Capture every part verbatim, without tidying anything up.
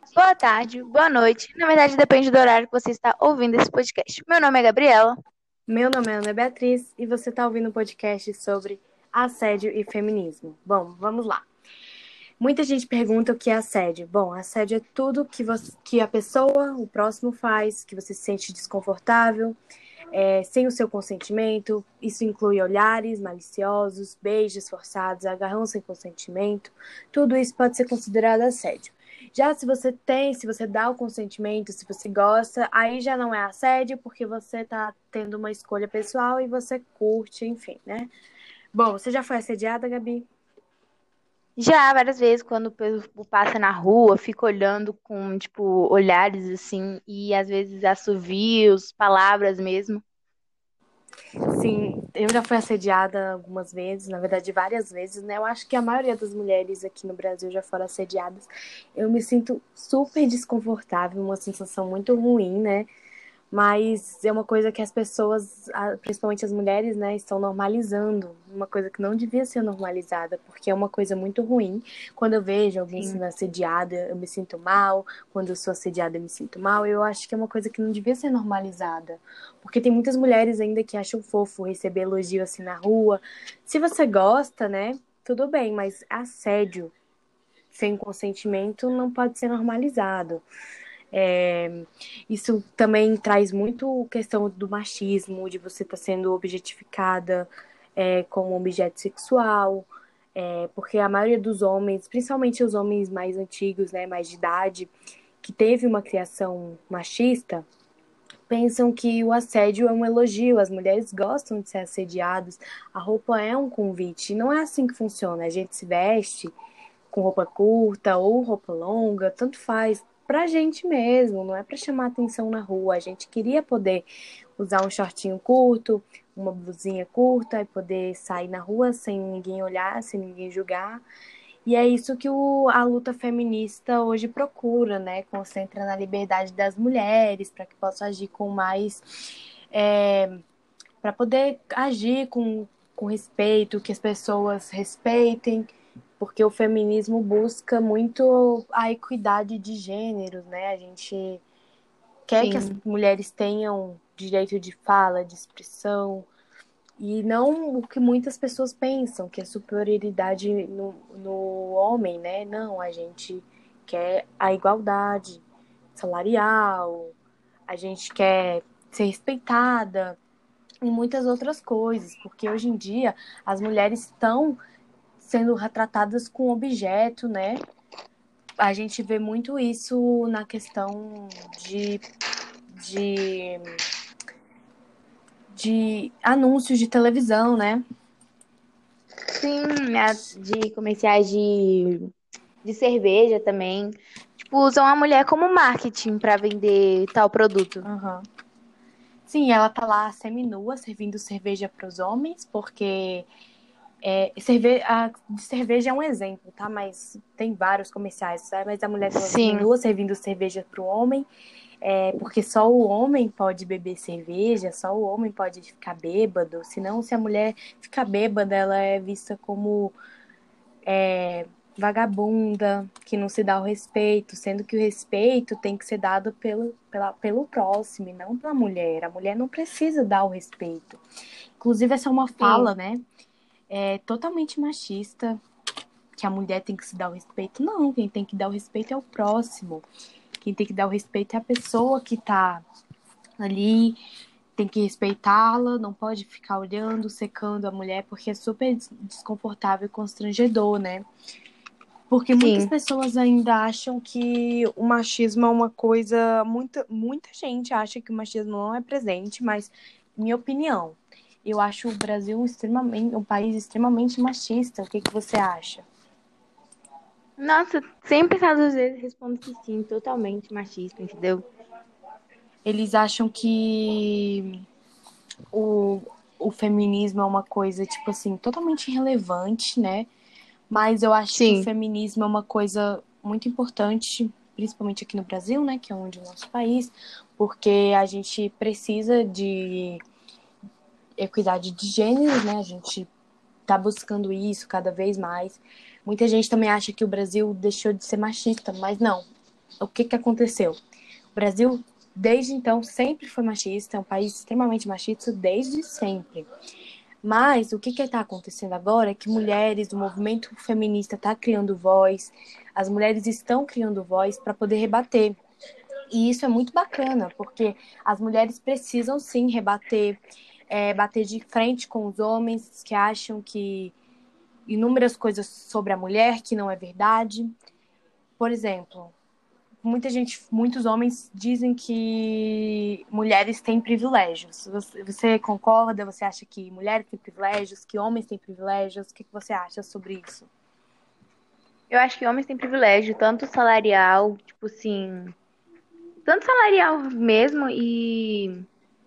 boa tarde, boa noite. Na verdade, depende do horário que você está ouvindo esse podcast. Meu nome é Gabriela. Meu nome é Ana Beatriz e você está ouvindo um podcast sobre assédio e feminismo. Bom, vamos lá. Muita gente pergunta o que é assédio. Bom, assédio é tudo que, você, que a pessoa, o próximo faz, que você se sente desconfortável, é, sem o seu consentimento. Isso inclui olhares maliciosos, beijos forçados, agarrão sem consentimento. Tudo isso pode ser considerado assédio. Já se você tem, se você dá o consentimento, se você gosta, aí já não é assédio, porque você tá tendo uma escolha pessoal e você curte, enfim, né? Bom, você já foi assediada, Gabi? Já várias vezes, quando o povo passa na rua, fica olhando com, tipo, olhares assim, e às vezes assovios, palavras mesmo. Sim, eu já fui assediada algumas vezes, na verdade, várias vezes, né? Eu acho que a maioria das mulheres aqui no Brasil já foram assediadas. Eu me sinto super desconfortável, uma sensação muito ruim, né? Mas é uma coisa que as pessoas, principalmente as mulheres, né, estão normalizando. Uma coisa que não devia ser normalizada, porque é uma coisa muito ruim. Quando eu vejo alguém Sim. sendo assediada, eu me sinto mal. Quando eu sou assediada, eu me sinto mal. Eu acho que é uma coisa que não devia ser normalizada. Porque tem muitas mulheres ainda que acham fofo receber elogio assim na rua. Se você gosta, né, tudo bem, mas assédio sem consentimento não pode ser normalizado. É, isso também traz muito questão do machismo, de você estar tá sendo objetificada é, como objeto sexual, é, porque a maioria dos homens, principalmente os homens mais antigos, né, mais de idade, que teve uma criação machista, pensam que o assédio é um elogio, as mulheres gostam de ser assediadas, a roupa é um convite. Não é assim que funciona. A gente se veste com roupa curta ou roupa longa, tanto faz, pra gente mesmo, não é pra chamar atenção na rua. A gente queria poder usar um shortinho curto, uma blusinha curta e poder sair na rua sem ninguém olhar, sem ninguém julgar. E é isso que o, a luta feminista hoje procura, né? Concentra na liberdade das mulheres, para que possam agir com mais. É, para poder agir com, com respeito, que as pessoas respeitem, porque o feminismo busca muito a equidade de gêneros, né? A gente quer que as Sim. mulheres tenham direito de fala, de expressão, e não o que muitas pessoas pensam, que é superioridade no, no homem, né? Não, a gente quer a igualdade salarial, a gente quer ser respeitada e muitas outras coisas, porque hoje em dia as mulheres estão sendo retratadas com objeto, né? A gente vê muito isso na questão de, de, de anúncios de televisão, né? Sim, a- de comerciais de, de cerveja também. Tipo, usam a mulher como marketing para vender tal produto. Uhum. Sim, ela tá lá seminua, servindo cerveja para os homens, porque é, cerve a, de cerveja é um exemplo, tá? Mas tem vários comerciais, sabe? Mas a mulher tá lá Sim, seminua, servindo cerveja para o homem, é, porque só o homem pode beber cerveja, só o homem pode ficar bêbado. Senão, se a mulher ficar bêbada, ela é vista como vagabunda, que não se dá o respeito, sendo que o respeito tem que ser dado pelo, pela, pelo próximo e não pela mulher. A mulher não precisa dar o respeito. Inclusive, essa é uma sim. fala, né? É totalmente machista, que a mulher tem que se dar o respeito. Não, quem tem que dar o respeito é o próximo. Quem tem que dar o respeito é a pessoa que tá ali, tem que respeitá-la, não pode ficar olhando, secando a mulher, porque é super desconfortável e constrangedor, né? Porque muitas Sim. pessoas ainda acham que o machismo é uma coisa. Muita, muita gente acha que o machismo não é presente, mas, minha opinião, eu acho o Brasil extremamente, um país extremamente machista. O que, que você acha? Nossa, sem pensar duas vezes, respondo que sim, totalmente machista, entendeu? Eles acham que o, o feminismo é uma coisa, tipo assim, totalmente irrelevante, né? Mas eu acho que o Sim, feminismo é uma coisa muito importante, principalmente aqui no Brasil, né? Que é onde é o nosso país, porque a gente precisa de equidade de gêneros, né? A gente tá buscando isso cada vez mais. Muita gente também acha que o Brasil deixou de ser machista, mas não. o que que aconteceu? O Brasil, desde então, sempre foi machista, é um país extremamente machista desde sempre. Mas o que que está acontecendo agora é que mulheres, o movimento feminista está criando voz, as mulheres estão criando voz para poder rebater. E isso é muito bacana, porque as mulheres precisam sim rebater, é, bater de frente com os homens que acham que inúmeras coisas sobre a mulher que não é verdade. Por exemplo, muita gente, muitos homens dizem que mulheres têm privilégios. Você, você concorda? Você acha que mulheres têm privilégios, que homens têm privilégios? O que você acha sobre isso? Eu acho que homens têm privilégio, tanto salarial, tipo assim, tanto salarial mesmo, e.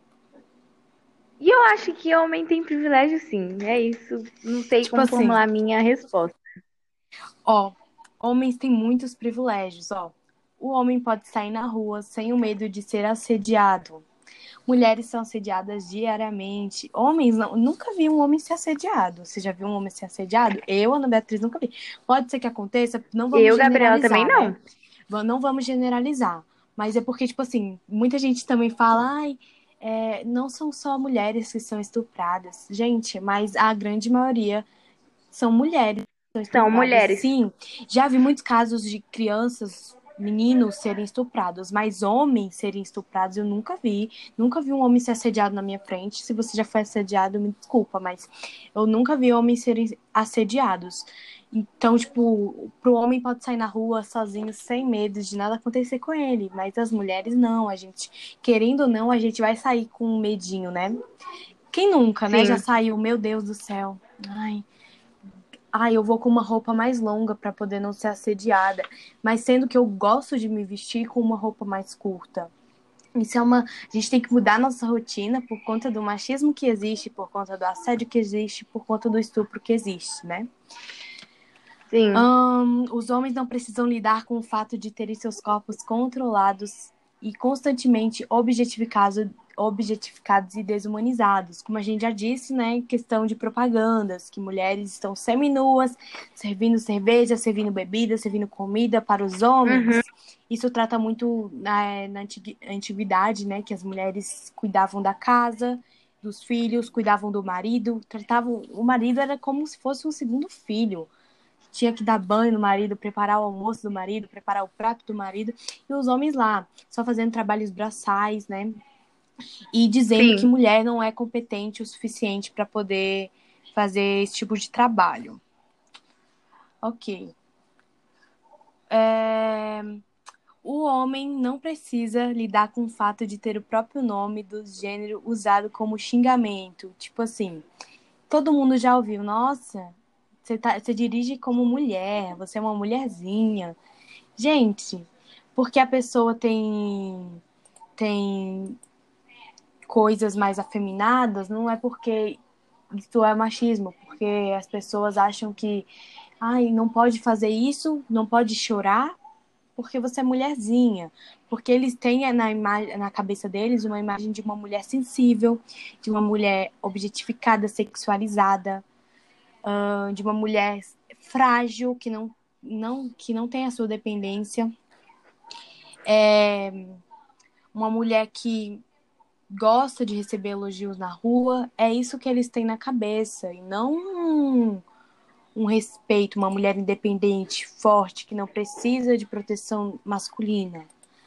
E eu acho que homem tem privilégio sim. É isso. Não sei Tipo como assim, formular a minha resposta. ó, homens têm muitos privilégios, ó. O homem pode sair na rua sem o medo de ser assediado. Mulheres são assediadas diariamente. Homens, não, nunca vi um homem ser assediado. Você já viu um homem ser assediado? Eu, Ana Beatriz, nunca vi. Pode ser que aconteça, não vamos Eu, Gabriela, também generalizar, né? não. Não vamos generalizar. Mas é porque, tipo assim, muita gente também fala, ai, é, não são só mulheres que são estupradas. Gente, mas a grande maioria são mulheres que são São estupradas. mulheres. Sim, já vi muitos casos de crianças, meninos serem estuprados, mas homens serem estuprados eu nunca vi. Nunca vi um homem ser assediado na minha frente. Se você já foi assediado, me desculpa, mas eu nunca vi homens serem assediados. Então, tipo, pro homem pode sair na rua sozinho, sem medo de nada acontecer com ele, mas as mulheres não. A gente, querendo ou não, a gente vai sair com um medinho, né? Quem nunca, né? Já Sim. saiu, meu Deus do céu. Ai, ai, eu vou com uma roupa mais longa para poder não ser assediada, mas sendo que eu gosto de me vestir com uma roupa mais curta. Isso é uma, a gente tem que mudar nossa rotina por conta do machismo que existe, por conta do assédio que existe, por conta do estupro que existe, né? Sim. Hum, os homens não precisam lidar com o fato de terem seus corpos controlados e constantemente objetificados, objetificados e desumanizados. Como a gente já disse, né, questão de propagandas, que mulheres estão seminuas, servindo cerveja, servindo bebida, servindo comida para os Uhum. homens. Isso trata muito na, na antiguidade, né, que as mulheres cuidavam da casa, dos filhos, cuidavam do marido, tratavam o marido era como se fosse um segundo filho. Tinha que dar banho no marido, preparar o almoço do marido, preparar o prato do marido, e os homens lá, só fazendo trabalhos braçais, né? E dizendo que Sim. mulher não é competente o suficiente para poder fazer esse tipo de trabalho. Ok. É... O homem não precisa lidar com o fato de ter o próprio nome do gênero usado como xingamento. Tipo assim, todo mundo já ouviu, nossa, você, tá, você dirige como mulher, você é uma mulherzinha. Gente, porque a pessoa tem, tem coisas mais afeminadas, não é porque isso é machismo, porque as pessoas acham que, ai, não pode fazer isso, não pode chorar, porque você é mulherzinha. Porque eles têm na, imagem, na cabeça deles uma imagem de uma mulher sensível, de uma mulher objetificada, sexualizada, de uma mulher frágil, que não, não, que não tem a sua dependência. É uma mulher que gosta de receber elogios na rua, é isso que eles têm na cabeça, e não um, um respeito, uma mulher independente, forte, que não precisa de proteção masculina.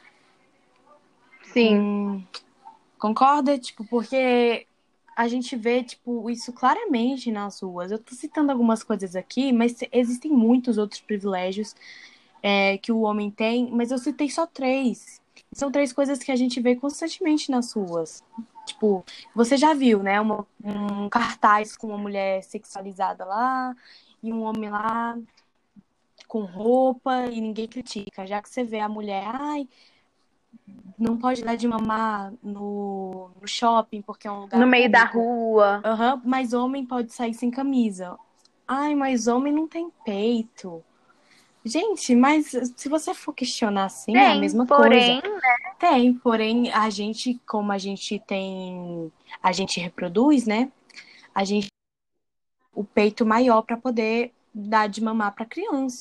Sim. Hum, concorda? Tipo, porque a gente vê, tipo, isso claramente nas ruas. Eu tô citando algumas coisas aqui, mas existem muitos outros privilégios é, que o homem tem, mas eu citei só três. São três coisas que a gente vê constantemente nas ruas. Tipo, você já viu, né? Uma, um cartaz com uma mulher sexualizada lá e um homem lá com roupa e ninguém critica. Já que você vê a mulher, ai, não pode dar de mamar no, no shopping porque é um No lugar meio da público. rua. Uhum, mas homem pode sair sem camisa. Ai, mas homem não tem peito. Gente, mas se você for questionar assim, é a Tem, mesma coisa. porém, Tem, porém, a gente, como a gente tem, a gente reproduz, né? A gente o peito maior para poder dar de mamar para criança.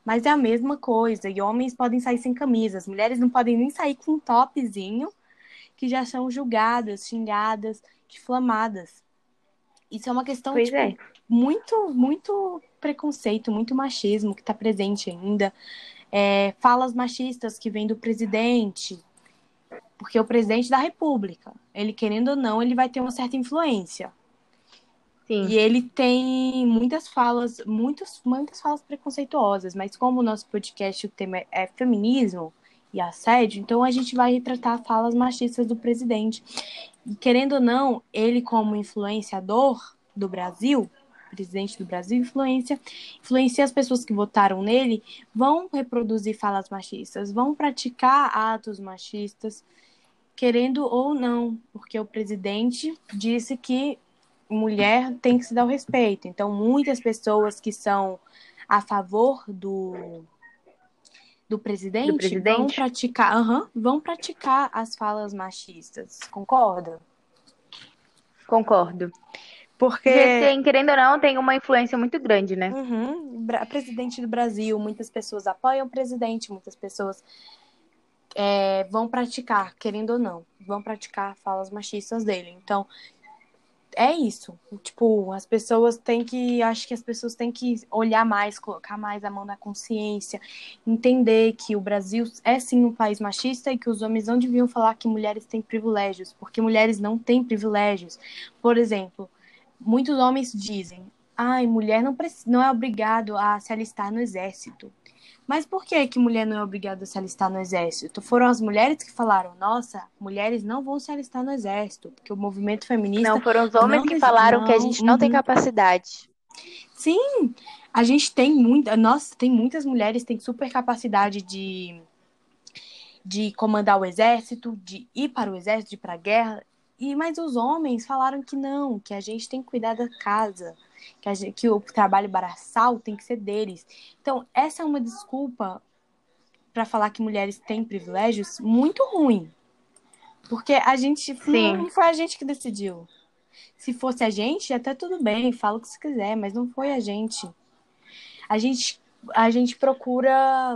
mas é a mesma coisa. E homens podem sair sem camisa, as mulheres não podem nem sair com um topzinho, que já são julgadas, xingadas, difamadas. Isso é uma questão, Pois é. tipo, muito, muito preconceito, muito machismo que está presente ainda. É, falas machistas que vêm do presidente, porque o presidente da República, ele querendo ou não, ele vai ter uma certa influência. Sim. E ele tem muitas falas, muitas, muitas falas preconceituosas, mas como o nosso podcast, o tema é feminismo e assédio, então a gente vai retratar falas machistas do presidente. E querendo ou não, ele como influenciador do Brasil, presidente do Brasil, influência, influencia as pessoas que votaram nele, vão reproduzir falas machistas, vão praticar atos machistas, querendo ou não, porque o presidente disse que mulher tem que se dar o respeito. Então, muitas pessoas que são a favor do, do Do presidente vão presidente? praticar, uhum, vão praticar as falas machistas. Concorda? Concordo. Porque Porque, tem, querendo ou não, tem uma influência muito grande, né? uhum, presidente do Brasil, muitas pessoas apoiam o presidente, muitas pessoas é, vão praticar, querendo ou não, vão praticar falas machistas dele. Então, é isso. Tipo, as pessoas têm que. Acho que as pessoas têm que olhar mais, colocar mais a mão na consciência, entender que o Brasil é sim um país machista e que os homens não deviam falar que mulheres têm privilégios, porque mulheres não têm privilégios. Por exemplo, muitos homens dizem: ai, mulher não, não é obrigado a se alistar no exército. Mas por que que mulher não é obrigada a se alistar no exército? Foram as mulheres que falaram, nossa, mulheres não vão se alistar no exército, porque o movimento Não feminista foram os homens não... que Dese... falaram que a não gente não tem uhum. capacidade. Sim, a gente tem muita... Nossa, tem muitas mulheres que têm super capacidade de, de comandar o exército, de ir para o exército, de ir para a guerra. E, mas os homens falaram que não, que a gente tem que cuidar da casa, que, a gente, que o trabalho braçal tem que ser deles. Então, essa é uma desculpa para falar que mulheres têm privilégios muito ruim. Porque a gente não, Sim, não foi a gente que decidiu. Se fosse a gente, até tudo bem, fala o que você quiser, mas não foi a gente. A gente, a gente procura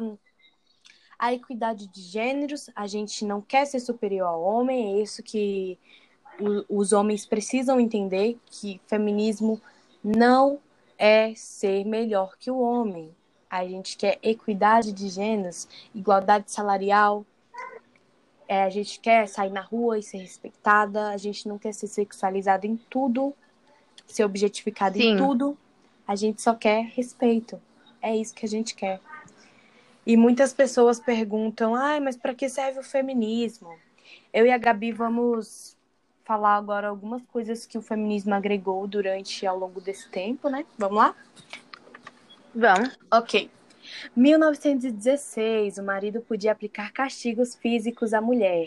a equidade de gêneros, a gente não quer ser superior ao homem, é isso que o, os homens precisam entender, que feminismo não é ser melhor que o homem. A gente quer equidade de gêneros, igualdade salarial, é, a gente quer sair na rua e ser respeitada, a gente não quer ser sexualizada em tudo, ser objetificada em sim. tudo, a gente só quer respeito. É isso que a gente quer. E muitas pessoas perguntam, ai, mas para que serve o feminismo? Eu e a Gabi vamos falar agora algumas coisas que o feminismo agregou durante ao longo desse tempo, né? Vamos lá? Vamos. Ok. mil novecentos e dezesseis, o marido podia aplicar castigos físicos à mulher.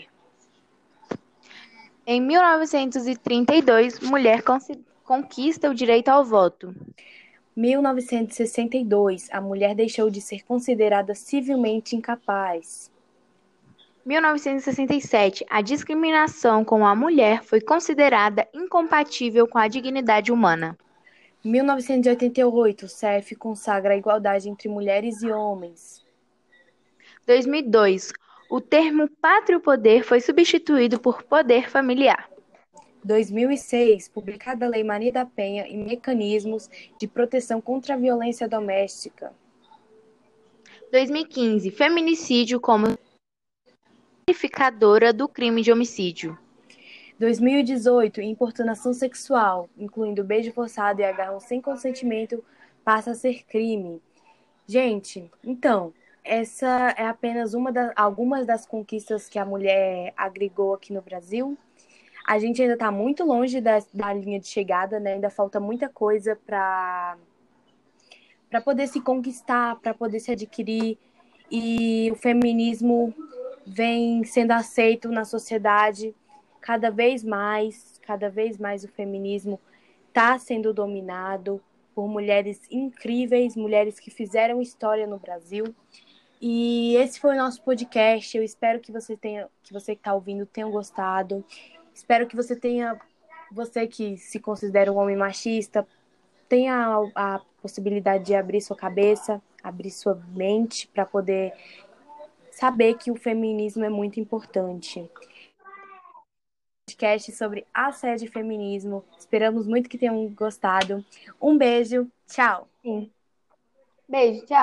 Em mil novecentos e trinta e dois, mulher conquista o direito ao voto. mil novecentos e sessenta e dois, a mulher deixou de ser considerada civilmente incapaz. mil novecentos e sessenta e sete, a discriminação com a mulher foi considerada incompatível com a dignidade humana. mil novecentos e oitenta e oito, o C E F consagra a igualdade entre mulheres e homens. dois mil e dois, o termo pátrio poder foi substituído por poder familiar. dois mil e seis, publicada a Lei Maria da Penha e mecanismos de proteção contra a violência doméstica. dois mil e quinze, feminicídio como qualificadora do crime de homicídio. dois mil e dezoito, importunação sexual, incluindo beijo forçado e agarrão sem consentimento, passa a ser crime. Gente, então, essa é apenas uma das algumas das conquistas que a mulher agregou aqui no Brasil. A gente ainda está muito longe da, da linha de chegada, né? Ainda falta muita coisa para para poder se conquistar, para poder se adquirir. E o feminismo vem sendo aceito na sociedade cada vez mais, cada vez mais o feminismo está sendo dominado por mulheres incríveis, mulheres que fizeram história no Brasil. E esse foi o nosso podcast. Eu espero que você tenha, que você que está ouvindo tenha gostado. Espero que você tenha, você que se considera um homem machista, tenha a, a possibilidade de abrir sua cabeça, abrir sua mente para poder saber que o feminismo é muito importante. Podcast sobre assédio e feminismo. Esperamos muito que tenham gostado. Um beijo, tchau! Sim. Beijo, tchau.